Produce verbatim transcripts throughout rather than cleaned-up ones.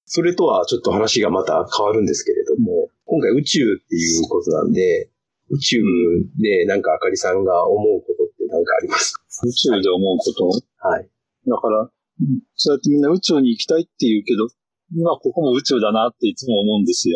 それとはちょっと話がまた変わるんですけれども、今回宇宙っていうことなんで、宇宙でなんかあかりさんが思うことって何かありますか？ 宇宙で思うこと、 はい。 だから、そうやってみんな宇宙に行きたいって言うけど、今ここも宇宙だなっていつも思うんですよ。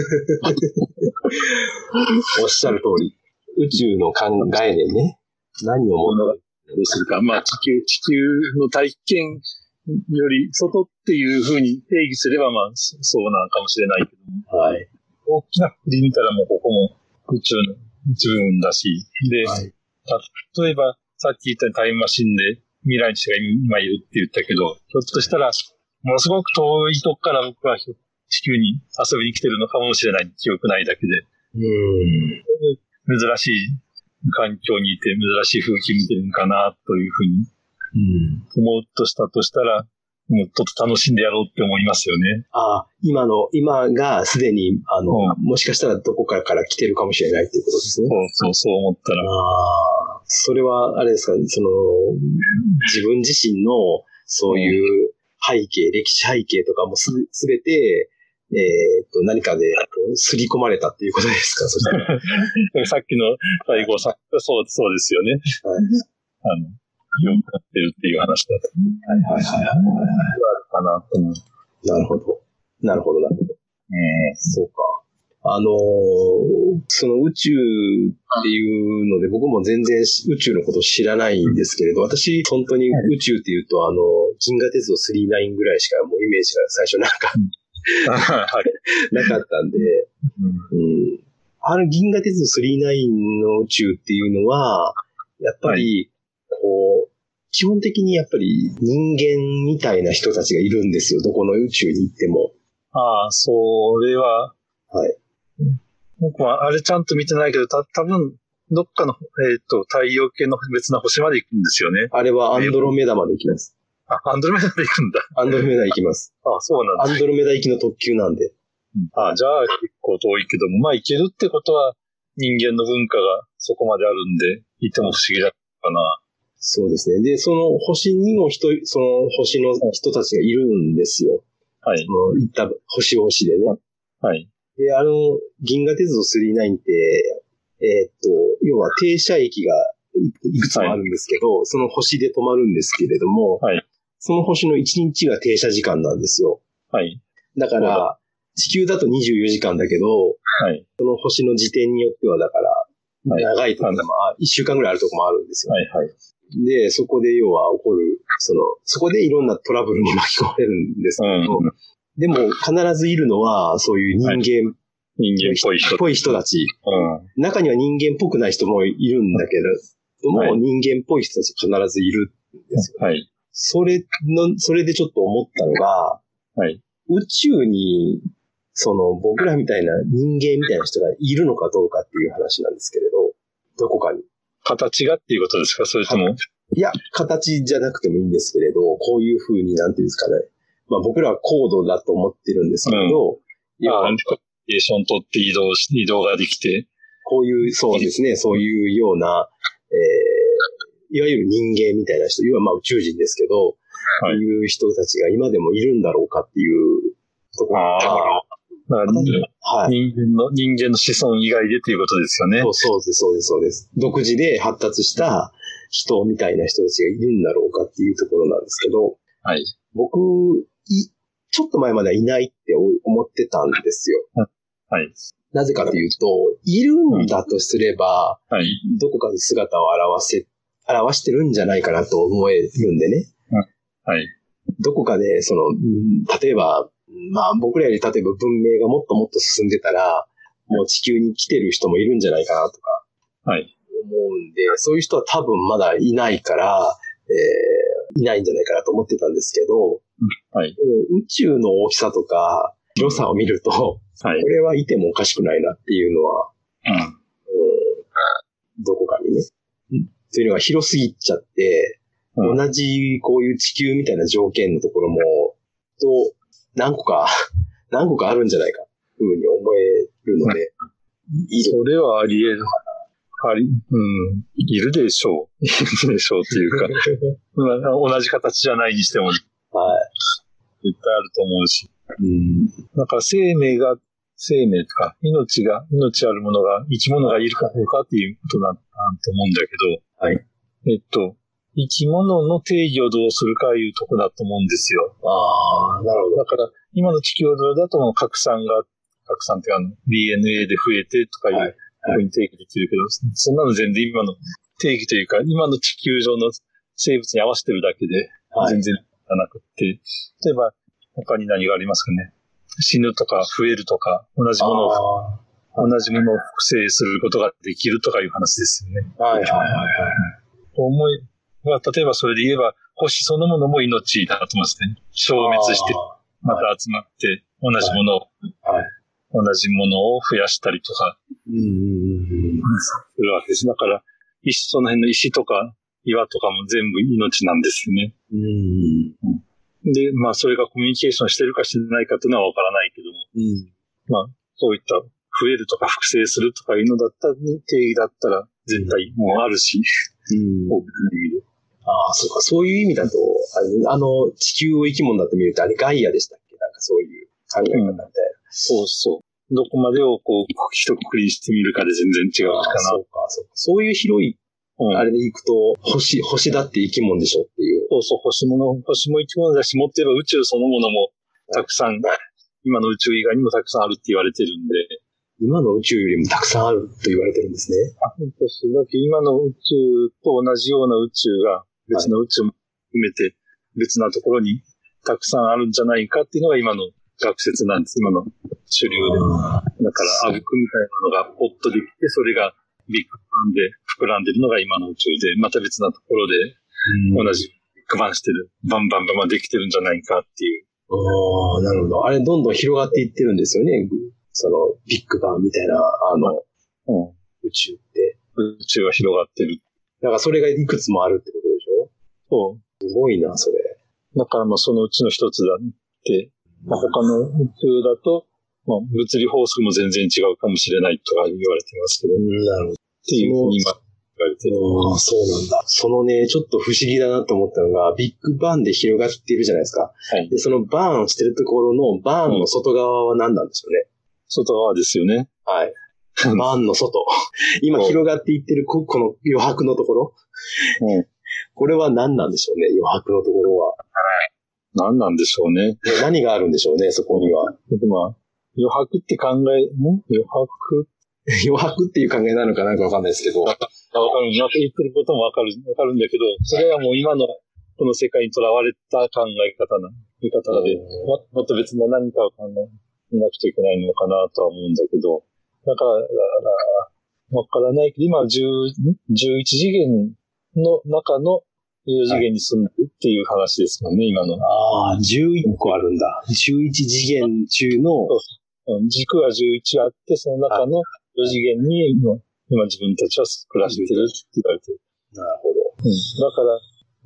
おっしゃる通り。宇宙の考え念ね。何を思うのどうするか。まあ地球、地球の大気圏より外っていうふうに定義すればまあそうなのかもしれないけども。 はい。 大きな振り見たらもうここも宇宙の宇宙だし。で、はい、例えばさっき言ったタイムマシンで未来の人が今いるって言ったけど、ひょっとしたらものすごく遠いとこから僕は地球に遊びに来てるのかもしれない。記憶ないだけで。 うーん。 珍しい環境にいて珍しい風景見てるのかなというふうに思うとしたとしたら、もうちょっと楽しんでやろうって思いますよね。 ああ、今の、今がすでに、あの、うん、もしかしたらどこからから来てるかもしれないっていうことですね。 そうそう、そう思ったら。 ああ、それは、あれですかね、その、自分自身の、そういう背景、歴史背景とかもす、すべて、えー、っと、何かで、すり込まれたっていうことですか？そしたらさっきの最後さ、そう、そうですよね。はい。あの、よくなってるっていう話だと。 はいはいはいはい。あるかなと思う。 なるほど。なるほど、なるほど。えー、そうか。あのー、その宇宙っていうので、僕も全然宇宙のこと知らないんですけれど、私、本当に宇宙っていうと、あの、銀河鉄道スリーナインぐらいしかもうイメージが最初なんか、はい、なかったんで、うんうん、あの銀河鉄道スリーナインの宇宙っていうのは、やっぱり、こう、基本的にやっぱり人間みたいな人たちがいるんですよ。どこの宇宙に行っても。 ああ、それは、 はい。 僕はあれちゃんと見てないけど、た多分どっかの、えっと、太陽系の別な星まで行くんですよね。 あれはアンドロメダまで行きます。 あ、アンドロメダまで行くんだ。 アンドロメダ行きます。 あ、そうなんだ。 アンドロメダ行きの特急なんで。 うん、あ、じゃあ結構遠いけども、まあ行けるってことは人間の文化がそこまであるんで、いても不思議だったかな。 そうですね。で、その星にも人、その星の人たちがいるんですよ。 はい。 その行った星々でね。 はい。 で、あの、銀河鉄道スリーナインって、えー、っと、要は停車駅がいくつもあるんですけど、はい、その星で止まるんですけれども、はい、その星のいちにちが停車時間なんですよ。 はい。 だから、地球だとにじゅうよじかんだけど、はい、その星の時点によっては、だから、長いところでも、いっしゅうかんぐらいあるところもあるんですよ。 はいはい。 で、そこで要は起こる、その、そこでいろんなトラブルに巻き込まれるんですけど、うん、でも必ずいるのは、そういう人間、はい、 人間っぽい人。 ぽい人たち、うん。中には人間っぽくない人もいるんだけれども、はい、人間っぽい人たち必ずいるんですよ。はい。それの、それでちょっと思ったのが、はい。宇宙に、その僕らみたいな人間みたいな人がいるのかどうかっていう話なんですけれど、どこかに。 形がっていうことですか？それとも。 いや、形じゃなくてもいいんですけれど、こういう風になんていうんですかね。まあ僕らは高度だと思ってるんですけど、うん、 いや、コミュニケーション取って移動し、移動ができて。 こういう、そうですね、そういうような、えー、いわゆる人間みたいな人、要はまあ宇宙人ですけど、はい、いう人たちが今でもいるんだろうかっていうところが、 はい、人間の、人間の子孫以外でということですよね。 そう、そうです、そうです、そうです。独自で発達した人みたいな人たちがいるんだろうかっていうところなんですけど、はい。僕、い、ちょっと前まではいないって思ってたんですよ。はい。なぜかというと、いるんだとすれば、はい。どこかに姿を現せ、表してるんじゃないかなと思えるんでね。はい。どこかで、その、例えば、まあ僕らより例えば文明がもっともっと進んでたら、もう地球に来てる人もいるんじゃないかなとか、はい。思うんで、そういう人は多分まだいないから、えー、いないんじゃないかなと思ってたんですけど、はい。宇宙の大きさとか広さを見ると、はい。これはいてもおかしくないなっていうのは、うん。うん、どこかにね。というのが広すぎちゃって、うん、同じこういう地球みたいな条件のところも、と、何個か、何個かあるんじゃないか、というふうに思えるので、 いいそれはあり得る。あり、うん、いるでしょう。いるでしょうっていうか、同じ形じゃないにしても、はい。絶対あると思うし。 うん。 だから生命が、生命とか、命が、命あるものが、生き物がいるかどうかっていうことだと思うんだけど、 はい。 えっと、生き物の定義をどうするかいうとこだと思うんですよ。 ああ、なるほど。 だから、今の地球上だともう拡散が、拡散っていうか、ディーエヌエー で増えてとかいう、はい、ふうに定義できるけど、そんなの全然今の定義というか、今の地球上の生物に合わせてるだけで、全然なくって、はい、例えば、他に何がありますかね。死ぬとか増えるとか、同じものを、同じものを複製することができるとかいう話ですよね。 はいはいはいはい。 思い、まあ、例えばそれで言えば、星そのものも命だと思いますね。消滅して、また集まって、同じものを、はい、同じものを増やしたりとか、 うんうんうん、 するわけです。だから、石、その辺の石とか岩とかも全部命なんですよね。 うんで、まあ、それがコミュニケーションしてるかしてないかというのはわからないけども、 うん、まあ、そういった増えるとか複製するとかいうのだったら、定義だったら絶対もうあるし、 うん、ああ、そうか、そういう意味だと、あの、地球を生き物だって見ると、あれガイアでしたっけ？なんかそういう考え方みたいな。うん、 そうそう。どこまでをこう、一括りしてみるかで全然違うかな。 そうか、そうか。そういう広い、うん、あれでいくと、星、星だって生き物でしょっていう。 そうそう、星もの、星も生き物だし、もっと言えば宇宙そのものもたくさん、はい、今の宇宙以外にもたくさんあるって言われてるんで。 今の宇宙よりもたくさんあると言われてるんですね。 あ、そうです。だって今の宇宙と同じような宇宙が、別の宇宙も含めて、別なところにたくさんあるんじゃないかっていうのが今の学説なんです。今の主流で。だから、あぶくみたいなのがポッとできて、それがビッグバンで膨らんでるのが今の宇宙で、また別なところで同じビッグバンしてる、バンバンバンバンできてるんじゃないかっていう。 ああ、なるほど。あれどんどん広がっていってるんですよね。そのビッグバンみたいな、あの、うん、宇宙って。 宇宙が広がってる。 だからそれがいくつもあるってことでしょ？ そう。 すごいな、それ。 だからまあそのうちの一つだって、まあ、他の宇宙だと、まあ、物理法則も全然違うかもしれないとか言われてますけど。 うん、なるほど。 っていうふうに今言われてる。 ああ、そうなんだ。そのね、ちょっと不思議だなと思ったのが、ビッグバンで広がっているじゃないですか。はい。で、そのバーンしてるところのバーンの外側は何なんでしょうね。うん、 外側ですよね。 はい。バーンの外。今広がっていってるこ、この余白のところ。うん。これは何なんでしょうね、余白のところは。 何なんでしょうね。 何があるんでしょうね、そこには。 まあ、余白って考え、ん余白余白っていう考えなのかなんかわかんないですけど。 わかる。言ってることもわかる、わかるんだけど、それはもう今のこの世界にとらわれた考え方な、見方で、もっと別の何かを考えなくちゃいけないのかなとは思うんだけど、だから、わからないけど、今じゅう、じゅういち次元の中のよ次元に住んでるっていう話ですもんね、今の。 ああ、じゅういっこあるんだ。じゅういち次元中の。 そう軸がじゅういちあって、その中のよ次元に今自分たちは暮らしてるって言われてる。 なるほど。 うん、だから、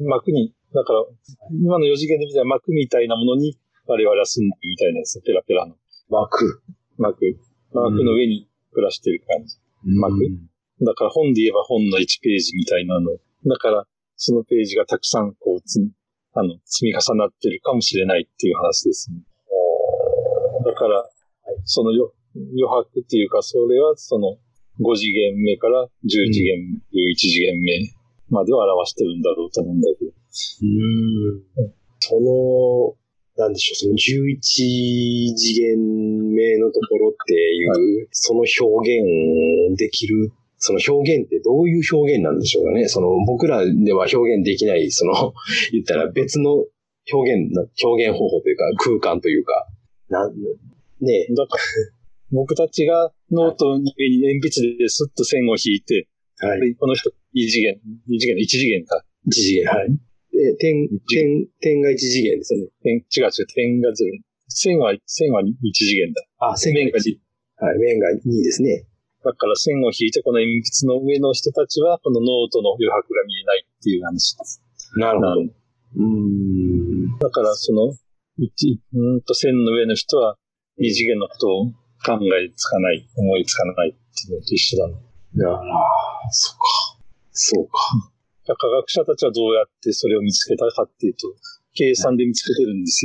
幕に、だから、今のよ次元で見たら幕みたいなものに我々は住んでるみたいなんですよ、ペラペラの。 幕。 幕。幕の上に暮らしてる感じ。うん、幕。だから本で言えば本のいちページみたいなの。だから、そのページがたくさんこうつ、あの、積み重なってるかもしれないっていう話ですね。だから、その余白っていうか、それはそのご次元目からじゅう次元、うん、じゅういち次元目までを表してるんだろうと思うんだけど。 うーん。その、なんでしょう、そのじゅういち次元目のところっていう、はい、その表現できる、その表現ってどういう表現なんでしょうかね。その僕らでは表現できない、その、言ったら別の表現、表現方法というか空間というか、なんねえ。 だから、僕たちがノートに鉛筆でスッと線を引いて、はい、この人、に次元、に次元、いち次元か。 いち次元、はい。で、点、点、点がいち次元ですよね。 点、違う違う、点がゼロ。線は、線はに次元だ。 あ、線がいち。はい、面がにですね。 だから線を引いて、この鉛筆の上の人たちは、このノートの余白が見えないっていう話です。 なるほど。うーん。 だから、その、一、うんと線の上の人は、二次元のことを考えつかない、思いつかないっていうのと一緒だね。 ああ、そうか。そうか。 科学者たちはどうやってそれを見つけたかっていうと、計算で見つけてるんですよ。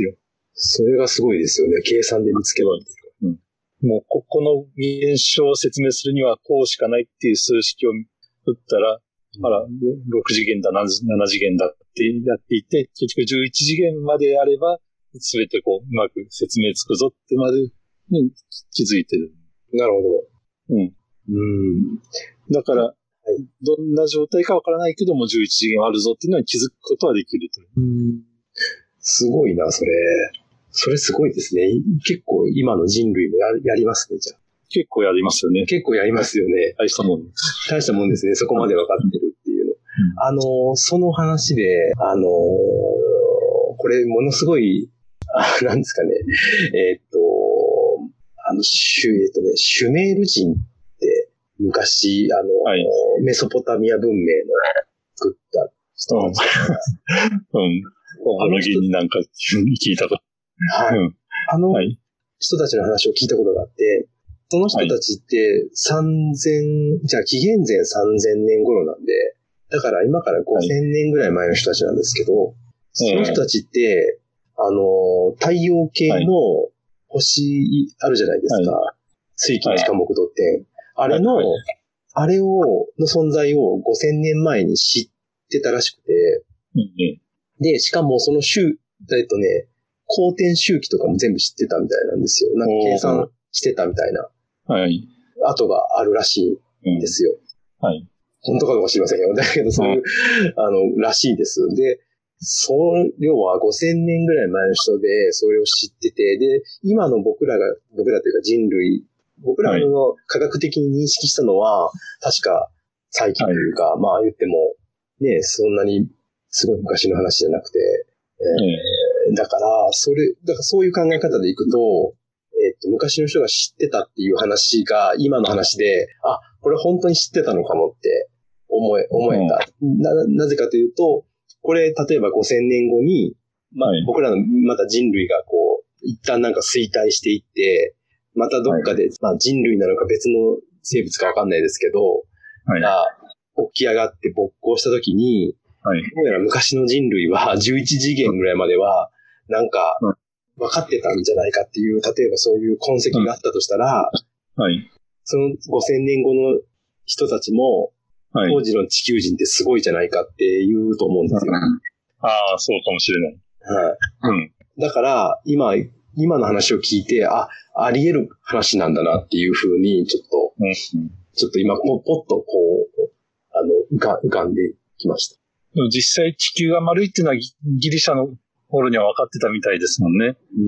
それがすごいですよね。計算で見つけられてる。 うん。もう、ここの現象を説明するにはこうしかないっていう数式を打ったら、うん、あら、ろく次元だ、なな次元だってやっていて、結局じゅういち次元まであれば、すべてこう、うまく説明つくぞってまでに気づいてる。 なるほど。 うん。うん。だから、はい、どんな状態かわからないけどもじゅういち次元あるぞっていうのに気づくことはできると。 うん。すごいな、それ。それすごいですね。結構今の人類も や, やりますね、じゃあ。 結構やりますよね。 結構やりますよね。 大したもん。 大したもんですね。そこまで分かってるっていうの。うん、あの、その話で、あの、これものすごい、あ、なんですかね。えー、っと、あの、シュ、えー、っとね、シュメール人って昔、あの、はい、メソポタミア文明の作った人たち。 うん。うんあの人になんか聞いたこと。 はい。うん、あの人たちの話を聞いたことがあって、その人たちってさんぜん、じゃあ紀元前さんぜんねん頃なんで、だから今からごせんねんぐらい前の人たちなんですけど、はい、その人たちって、あの、太陽系の星あるじゃないですか。はい、水金地火木土天。あれの、はい、あれを、の存在をごせんねんまえに知ってたらしくて、 うんで、しかもその周、えっとね、公転周期とかも全部知ってたみたいなんですよ。なんか計算してたみたいな。 はい。 跡があるらしいんですよ。 うん、はい。 本当かどうか知りませんよ。だけど、そういう、あの、らしいです。で、それはごせんねんぐらい前の人で、それを知ってて、で、今の僕らが、僕らというか人類、僕らの科学的に認識したのは、確か最近というか、はい、まあ言っても、ね、そんなに、すごい昔の話じゃなくて、えー、だから、それ、だからそういう考え方でいくと、えっと、昔の人が知ってたっていう話が、今の話で、あ、これ本当に知ってたのかもって思え、思えた。うん、な、なぜかというと、これ、例えばごせんねんごに、まあ、はい、僕らの、また人類がこう、一旦なんか衰退していって、またどっかで、はい、まあ人類なのか別の生物かわかんないですけど、はい、が起き上がって勃興したときに、はい、どうやら昔の人類はじゅういち次元ぐらいまでは、なんか、分かってたんじゃないかっていう、例えばそういう痕跡があったとしたら、 うん、はい。 そのごせんねんごの人たちも、はい、当時の地球人ってすごいじゃないかって言うと思うんですよ。 ああ、そうかもしれない。 はい。うん。だから、今、今の話を聞いて、あ、あり得る話なんだなっていうふうに、ちょっと、うん、ちょっと今、もうポッとこう、あの、浮か、浮かんできました。 実際地球が丸いっていうのはギリシャの頃には分かってたみたいですもんね。 うん。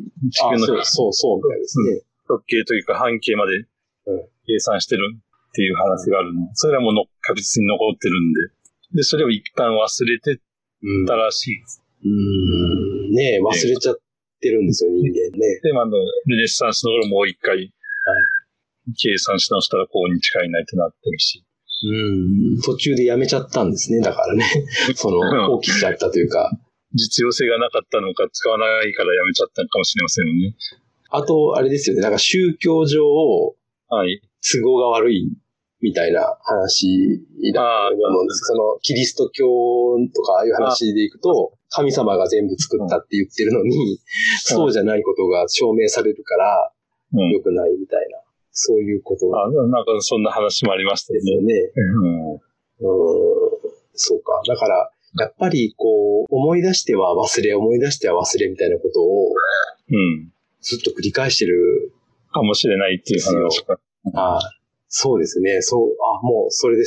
地球のそう、そう、そうみたいですね。 直径というか半径まで計算してるっていう話があるの。それはもうの確実に残ってるんで。で、それを一旦忘れてたらしいです。 うん。うんねえ、忘れちゃってるんですよ、人間ね。 で、まあ、ルネッサンスの頃もう一回、はい、計算し直したらこうに近いないってなってるし。 うん。途中でやめちゃったんですね。だからね。その、放棄しちゃったというか。 実用性がなかったのか、使わないからやめちゃったのかもしれませんよね。 あと、あれですよね。なんか宗教上、はい。都合が悪いみたいな話だと思うんです。その、キリスト教とかああいう話でいくと、神様が全部作ったって言ってるのに、そうじゃないことが証明されるから、良くないみたいな。そういうこと。 あ、なんかそんな話もありましたよね。 ですよね。うん。うん。そうか。だから、やっぱりこう、思い出しては忘れ、思い出しては忘れみたいなことを、うん。ずっと繰り返してる。 かもしれないっていう話か。 ああ、そうですね。そう、あ、もうそれです。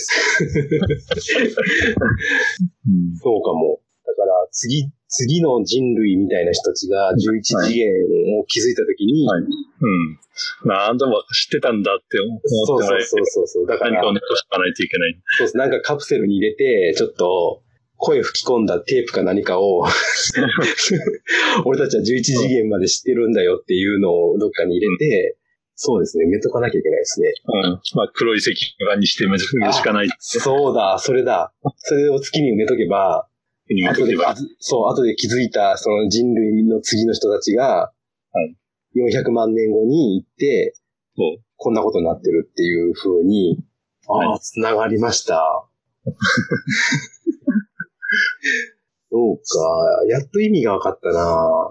うん、そうかも。だから、次、次の人類みたいな人たちがじゅういち次元を築いたときに、はいはい、 うん。何度も知ってたんだって思ってもらえて、 そうそうそうそう。だから、 何かをネットしかないといけない。 そうです。なんかカプセルに入れて、ちょっと、声吹き込んだテープか何かを、俺たちはじゅういち次元まで知ってるんだよっていうのをどっかに入れて、そうですね、埋めとかなきゃいけないですね。 うん。まあ、黒い石板にして埋めるしかない。 そうだ、それだ。それを月に埋めとけば、後で、そう、後で気づいたその人類の次の人たちが、はい、よんひゃくまんねんごに行って、こんなことになってるっていう風に、ああ、つながりました。そうか、やっと意味が分かったな。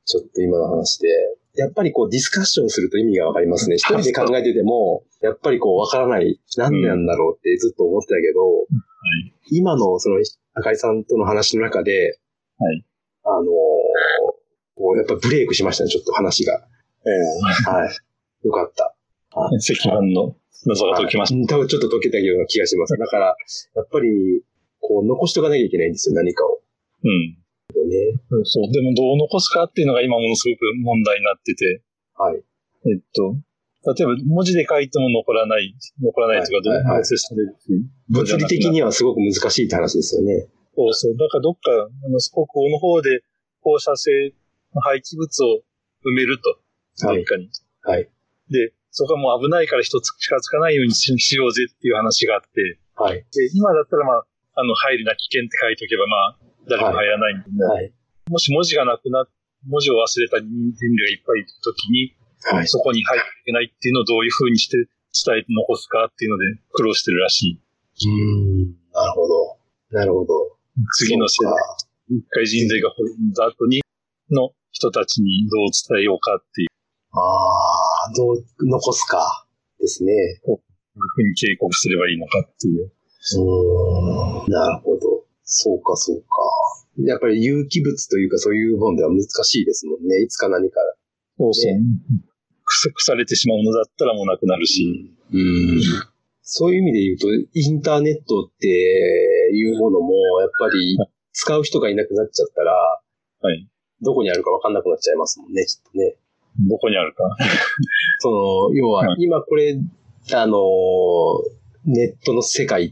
ちょっと今の話で。やっぱりこうディスカッションすると意味がわかりますね。一人で考えてても、やっぱりこうわからない、何なんだろうってずっと思ってたけど、うんはい、今のその、あかりさんとの話の中で、はい、あのー、こうやっぱブレイクしましたね、ちょっと話が。はい。よかった。 赤飯の謎が解けました。 多分ちょっと解けたような気がします。だから、やっぱり、こう残しとかなきゃいけないんですよ、何かを。うん。ね、 そう。でもどう残すかっていうのが今ものすごく問題になってて。はい。えっと、例えば文字で書いても残らない、残らないというか、どうやってされるし。 物理的にはすごく難しいって話ですよね。 そうそう。だからどっか、あの、国宝の方で放射性廃棄物を埋めると。どっかに。はい。はい、で、そこはもう危ないから人近づかないようにしようぜっていう話があって。はい。で、今だったらまあ、あの、入るな危険って書いておけばまあ、誰も入らないんで、はい、もし文字がなくなっ、文字を忘れた人類がいっぱいいるときに、はい、そこに入っていけないっていうのをどういう風にして伝えて残すかっていうので苦労してるらしい。 うーん、なるほど。なるほど。 次の世代、一回人類が滅んだ後にの人たちにどう伝えようかっていう。 ああ、どう残すかですね。 どういう風に警告すればいいのかっていう。 うーん、なるほど。そうか、そうか。やっぱり有機物というかそういうもんでは難しいですもんね。いつか何か。 そうそう。ね、腐れてしまうものだったらもうなくなるし。 うん、そういう意味で言うと、インターネットっていうものも、やっぱり使う人がいなくなっちゃったら、はい、どこにあるか分かんなくなっちゃいますもんね、きっとね。 どこにあるかその、要は、今これ、あの、ネットの世界って、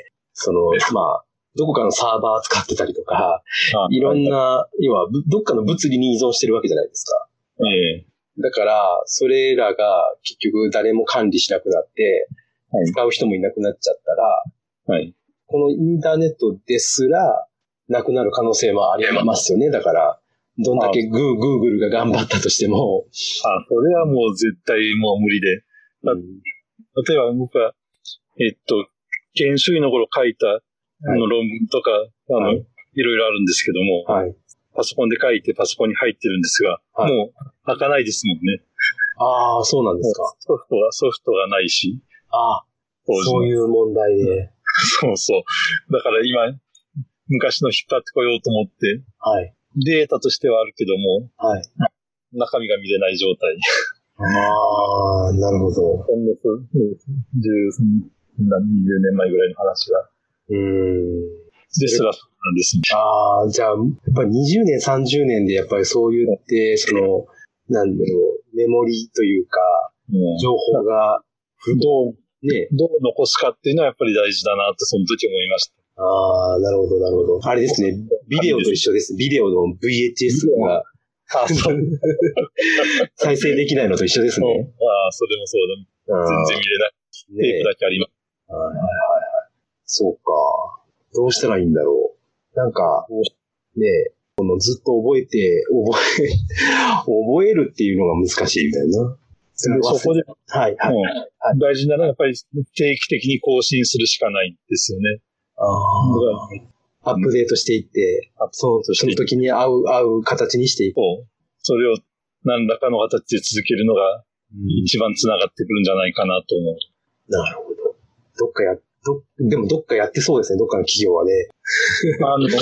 その、まあ、どこかのサーバー使ってたりとか、いろんな、要は、どっかの物理に依存してるわけじゃないですか。ええ、だから、それらが結局誰も管理しなくなって、はい、使う人もいなくなっちゃったら、はい、このインターネットですら、なくなる可能性もありますよね。だから、どんだけグー、グーグルが頑張ったとしても。 あ、それはもう絶対もう無理で。うん、例えば僕は、えっと、研修医の頃書いた、あの論文とか、あの、はい、いろいろあるんですけども、はい、パソコンで書いてパソコンに入ってるんですが、はい、もう開かないですもんね。 ああ、そうなんですか。 ソフトが、ソフトがないし。 ああ、そういう問題で。 そうそう。だから今、昔の引っ張ってこようと思って、はい、データとしてはあるけども、はい、中身が見れない状態。 ああ、なるほど。 ほんのじゅう、にじゅうねんまえぐらいの話が。うーん。ですらそうなんですね。 ああ、じゃあ、やっぱりにじゅうねん、さんじゅうねんでやっぱりそう言って、その、なんだろう、メモリーというか、うん、情報が、 どう、ね、どう残すかっていうのはやっぱり大事だなってその時思いました。 ああ、なるほど、なるほど。あれですね、ビデオと一緒です。ビデオの ブイエイチエス が、あそう再生できないのと一緒ですね。 ああ、それもそうだ。全然見れない。テープだけあります。はいはいはい。 そうか。どうしたらいいんだろう。なんか、ねえ、このずっと覚えて、覚え、覚えるっていうのが難しいみたいな。 そこで、はいはい、うん、大事なのはやっぱり定期的に更新するしかないんですよね。ああ。アップデートしていって、うん、そのその時に合う、合う形にしていく。 そう。それを何らかの形で続けるのが一番つながってくるんじゃないかなと思う。 なるほど。どっかや、ど、でもどっかやってそうですね、どっかの企業はね。 あの、あれです。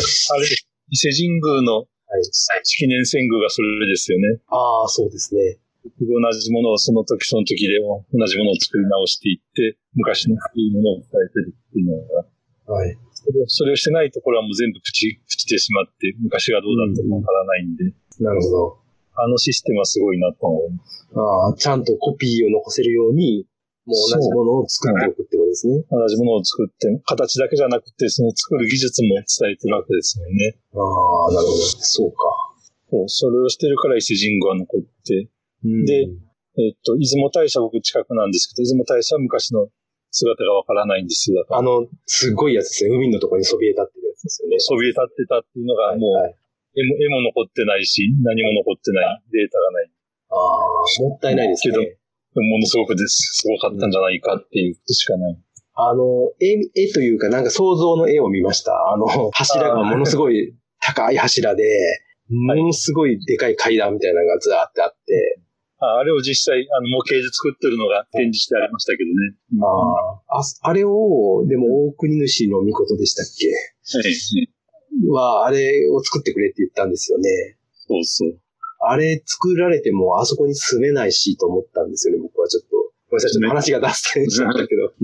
伊勢神宮の記念遷宮がそれですよね。 ああ、そうですね。 同じものをその時その時でも同じものを作り直していって、昔の古いものを伝えてるっていうのが、はい。それを、それをしてないところはもう全部朽ち、朽ちてしまって、昔がどうだったかわからないんで、うん。 なるほど。 あのシステムはすごいなと思います。 ああ、ちゃんとコピーを残せるように、もう同じものを作っておくってことですね。 同じものを作って、形だけじゃなくて、その作る技術も伝えてるわけですよね。 ああ、なるほど。そうか。 そう、それをしてるから伊勢神宮は残って、うん、で、えっと、出雲大社僕近くなんですけど、出雲大社は昔の姿がわからないんですよ。 あの、すごいやつですね。海のところにそびえ立ってるやつですよね。 そびえ立ってたっていうのがもう、はいはい、絵も、絵も残ってないし、何も残ってない、データがない。 ああ、もったいないですね。けど、ものすごくです。すごかったんじゃないかっていうことしかない。 あの、絵、絵というかなんか想像の絵を見ました。あの、柱がものすごい高い柱で、 ものすごいでかい階段みたいなのがずーってあって、 あ, あれを実際、あの、模型で作ってるのが展示してありましたけどね。 ああ、あれを、でも大国主の御事でしたっけ、はい、は、あれを作ってくれって言ったんですよね。 そうそう。 あれ作られてもあそこに住めないしと思ったんですよね、僕はちょっと。ごめんなさい、ちょっと話が脱線しちゃったけど。 うん。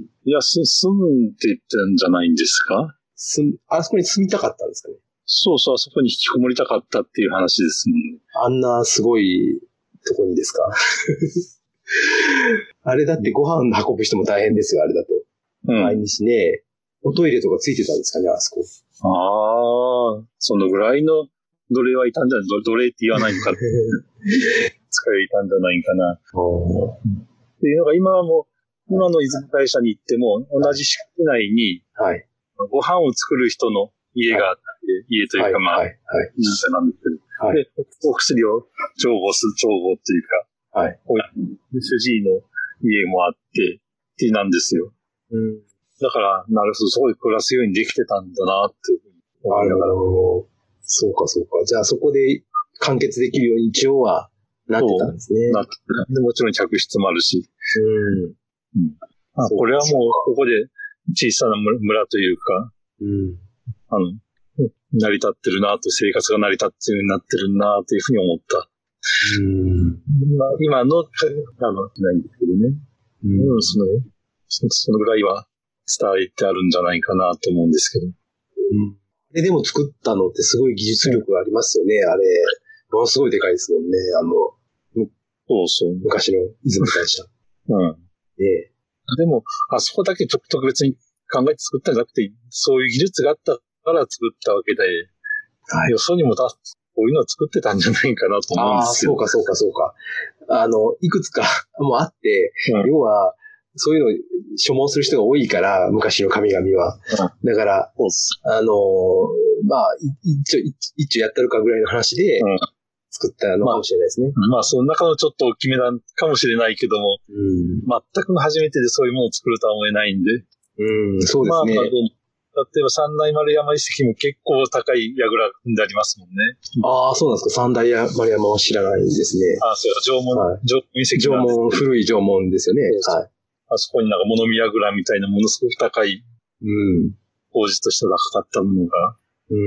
いや、す、住んでたんじゃないんですか？ す、あそこに住みたかったんですかね。 そうそう、あそこに引きこもりたかったっていう話ですもんね。 あんなすごいとこにですか？あれだってご飯運ぶ人も大変ですよ、あれだと。うん、毎日ね、おトイレとかついてたんですかね、あそこ。 ああ、そのぐらいの奴隷はいたんじゃない、奴隷って言わないのか。使いいたんじゃないかな。っていうのが今はもう、今の出雲大社に行っても、同じ敷地内に、はい、ご飯を作る人の家があって、はい、家というか、まあ、はい、はい、なんですけど、はい、で、お薬を調合する、調合っていうか、はい、こういう主治医の家もあって、ってなんですよ。うん、だから、なるほど、すごい暮らすようにできてたんだな、っていうふうに思いながら。 そうか、そうか。じゃあそこで完結できるように一応はなってたんですね。なってでもちろん客室もあるし。うん。うん、あこれはもう、ここで小さな村というか、うん、あの、成り立ってるなと、生活が成り立ってるようになってるなというふうに思った。うんまあ、今の、あの、ないんですけどね。うん、その、そのぐらいは伝えてあるんじゃないかなと思うんですけど。 うんで、でも作ったのってすごい技術力がありますよね、あれ。ものすごいでかいですもんね、あの、 そうそう。 昔の出雲大社。うん。 ええ。でも、あそこだけ特別に考えて作ったんじゃなくて、そういう技術があったから作ったわけで、はい、よそにもだ、こういうのを作ってたんじゃないかなと思うんですよ。 ああ、そうかそうかそうか。あの、いくつかもあって、うん、要は、そういうのを所望する人が多いから、昔の神々は。うん、だから、あの、まあ、一応、一応やったるかぐらいの話で、作ったのかもしれないですね。 まあ、まあ、その中のちょっと大きめなかもしれないけども、うん、全くの初めてでそういうものを作るとは思えないんで。 うん、そうですね。まあ、 例えば三大丸山遺跡も結構高い櫓でありますもんね。 ああ、そうなんですか。三大丸山は知らないですね。 ああ、そう、縄文、はい、縄文遺跡なんです。縄文、古い縄文ですよね。はい。 あそこになんか物見櫓みたいなものすごく高い、うん。工事として高かったものが、うん。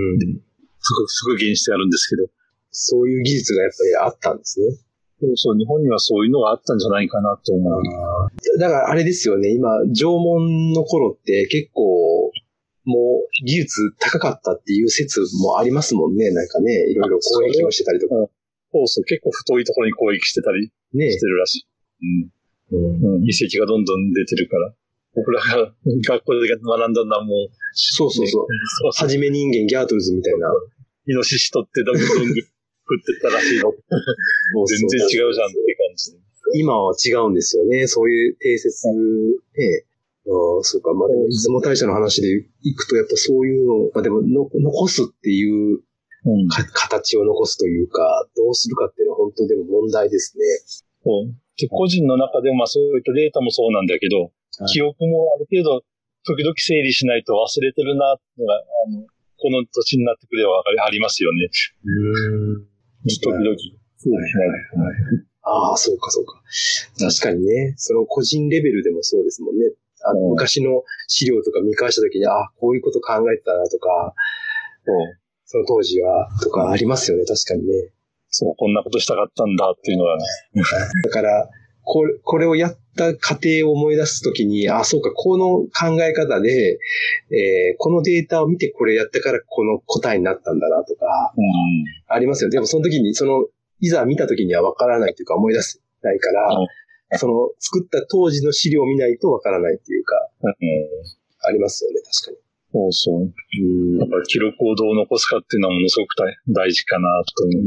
復元してあるんですけど。 そういう技術がやっぱりあったんですね。 そうそう、日本にはそういうのがあったんじゃないかなと思う。 あだからあれですよね、今、縄文の頃って結構、もう技術高かったっていう説もありますもんね、なんかね、いろいろ攻撃をしてたりとか。 そうそう、結構太いところに攻撃してたりしてるらしい。うんうんうん、遺跡がどんどん出てるから。僕らが学校で学んだのはもう、 そうそうそう。はじめ人間ギャートルズみたいな。 イノシシ取ってどんどんどん食ってったらしいの。全然違うじゃんって感じで。 今は違うんですよね。そういう定説で、ああ、そうか。まあでも、出雲大社の話でいくと、やっぱそういうの、まあでもの、残すっていう、うん、形を残すというか、どうするかっていうのは本当でも問題ですね。 そう。で個人の中でも、まあそういったデータもそうなんだけど、はい、記憶もある程度、時々整理しないと忘れてるな、っていうのが、あの、この年になってくればありますよね。うーん。時々、整理しないと。はいはい、 ああ、そうかそうか。確かにね、その個人レベルでもそうですもんね。あの、昔の資料とか見返したときに、ああ、こういうこと考えてたなとか、うん、その当時は、とかありますよね、確かにね。 そう、こんなことしたかったんだっていうのはね。 だから、これ、これをやった過程を思い出すときに、あ、そうか、この考え方で、えー、このデータを見てこれやったからこの答えになったんだなとか、うん、ありますよ。でもその時に、その、いざ見た時にはわからないというか思い出せないから、うん、その作った当時の資料を見ないとわからないっていうか、うん、ありますよね、確かに。 そうそう。うん、だから記録をどう残すかっていうのはものすごく大事かなと思う。うん、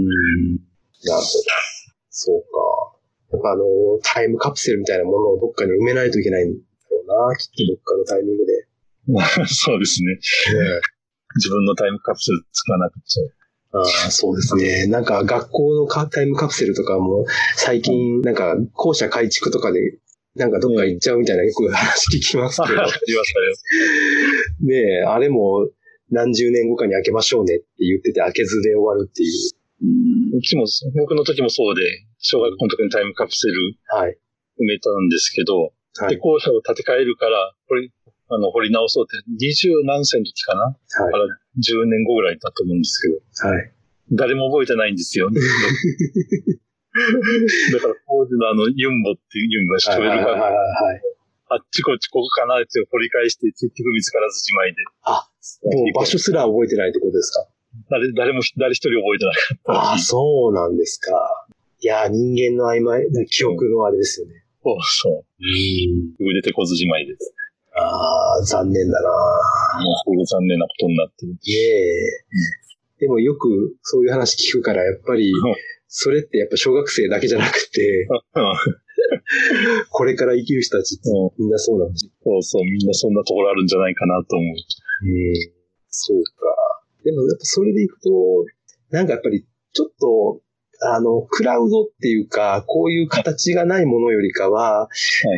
なるほど。そうか。やっぱあの、タイムカプセルみたいなものをどっかに埋めないといけないんだろうな、きっとどっかのタイミングで。 そうですね。ね自分のタイムカプセル使わなくちゃ。 ああ、そうですね。なんか学校のタイムカプセルとかも最近なんか校舎改築とかでなんかどっか行っちゃうみたいなよく話聞きますけど。ありましたよ。ねえ、あれも何十年後かに開けましょうねって言ってて開けずで終わるっていう。 うん、うちも、僕の時もそうで、小学校の時にタイムカプセル埋めたんですけど、はい、で、校舎を建て替えるから、これ、あの、掘り直そうって、二十何世の時かな、はい、からじゅうねんごぐらいだと思うんですけど、はい、誰も覚えてないんですよ。だから当時のあの、ユンボっていうユンボがショベルカー、あっちこっちここかなって掘り返して、結局見つからずじまいで。 あ、もう場所すら覚えてないってことですか？ 誰、誰も、誰一人覚えてなかった。ああ、そうなんですか。いや、人間の曖昧な記憶のあれですよね。 そうそう。うん。出てこずじまいです。 ああ、残念だな。 もうすごい残念なことになってる。 ねえ、うん。でもよくそういう話聞くから、やっぱり、それってやっぱ小学生だけじゃなくて、これから生きる人たちってみんなそうなんですよ。 そうそう、みんなそんなところあるんじゃないかなと思う。うん。 そうか。でもやっぱそれでいくと、なんかやっぱりちょっと、あの、クラウドっていうか、こういう形がないものよりかは、はい、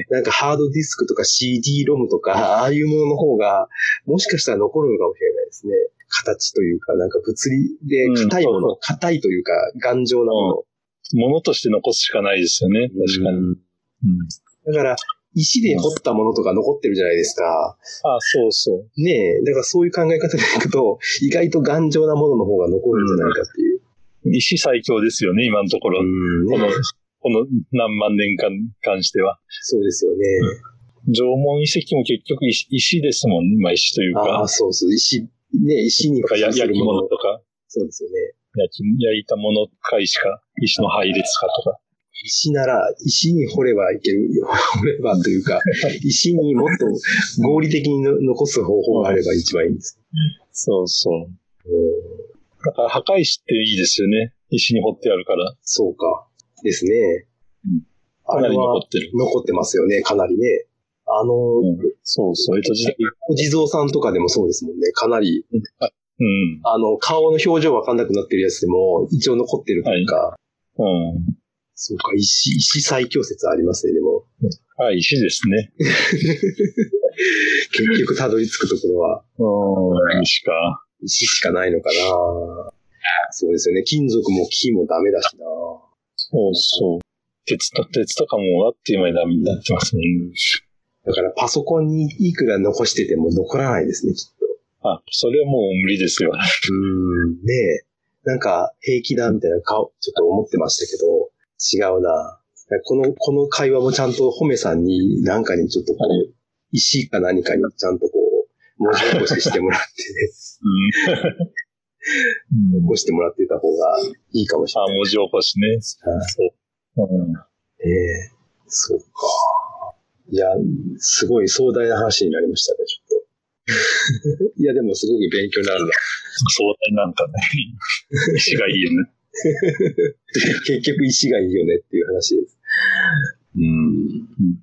なんかハードディスクとか シーディー ロムとか、ああいうものの方が、もしかしたら残るのかもしれないですね。形というか、なんか物理で硬いもの、硬、うん、いというか、頑丈なもの、 うん。ものとして残すしかないですよね、確かに。うん、 だから、石で掘ったものとか残ってるじゃないですか。 ああ、そうそう。 ねえ、だからそういう考え方でいくと、意外と頑丈なものの方が残るんじゃないかっていう。 うん、石最強ですよね、今のところ。うんね、この、この何万年間に関しては。 そうですよね。 うん、縄文遺跡も結局 石, 石ですもんね、まあ石というか。 ああ、そうそう、石、ね、石に付随するもの。焼き物とか。 そうですよね。 焼き、焼いたものか石か、石の配列かとか。 石なら、石に掘ればいける、掘ればというか、石にもっと合理的にの残す方法があれば一番いいんです。 そうそう。だから墓石っていいですよね。石に掘ってあるから。 そうか。ですね。 うん、かなり残ってる。 残ってますよね、かなりね。あの、うん、 そうそう。江戸時代。 お地蔵さんとかでもそうですもんね。かなり。うん。あの、顔の表情わかんなくなってるやつでも、一応残ってるというか。はい、うん。そうか、石、石最強説ありますね、でも。 はい、石ですね。 結局たどり着くところは。 うん、石か。 石しかないのかな。そうですよね。金属も木もダメだしな。 そうそう。鉄と、鉄とかもあっという間にダメになってますね。 だからパソコンにいくら残してても残らないですね、きっと。あ、それはもう無理ですよ。 うん、ねえ。なんか平気だみたいな顔、ちょっと思ってましたけど、違うな。この、この会話もちゃんとホメさんに何かにちょっとこう、はい、石か何かにちゃんとこう、文字起こししてもらってね。うん、起こしてもらってた方がいいかもしれない。 あ、文字起こしね。そう。うん、 ええー、そうか。いや、すごい壮大な話になりましたね、ちょっと。いや、でもすごく勉強になるな。 壮大なんかね。石がいいよね。 結局石がいいよねっていう話です。うん。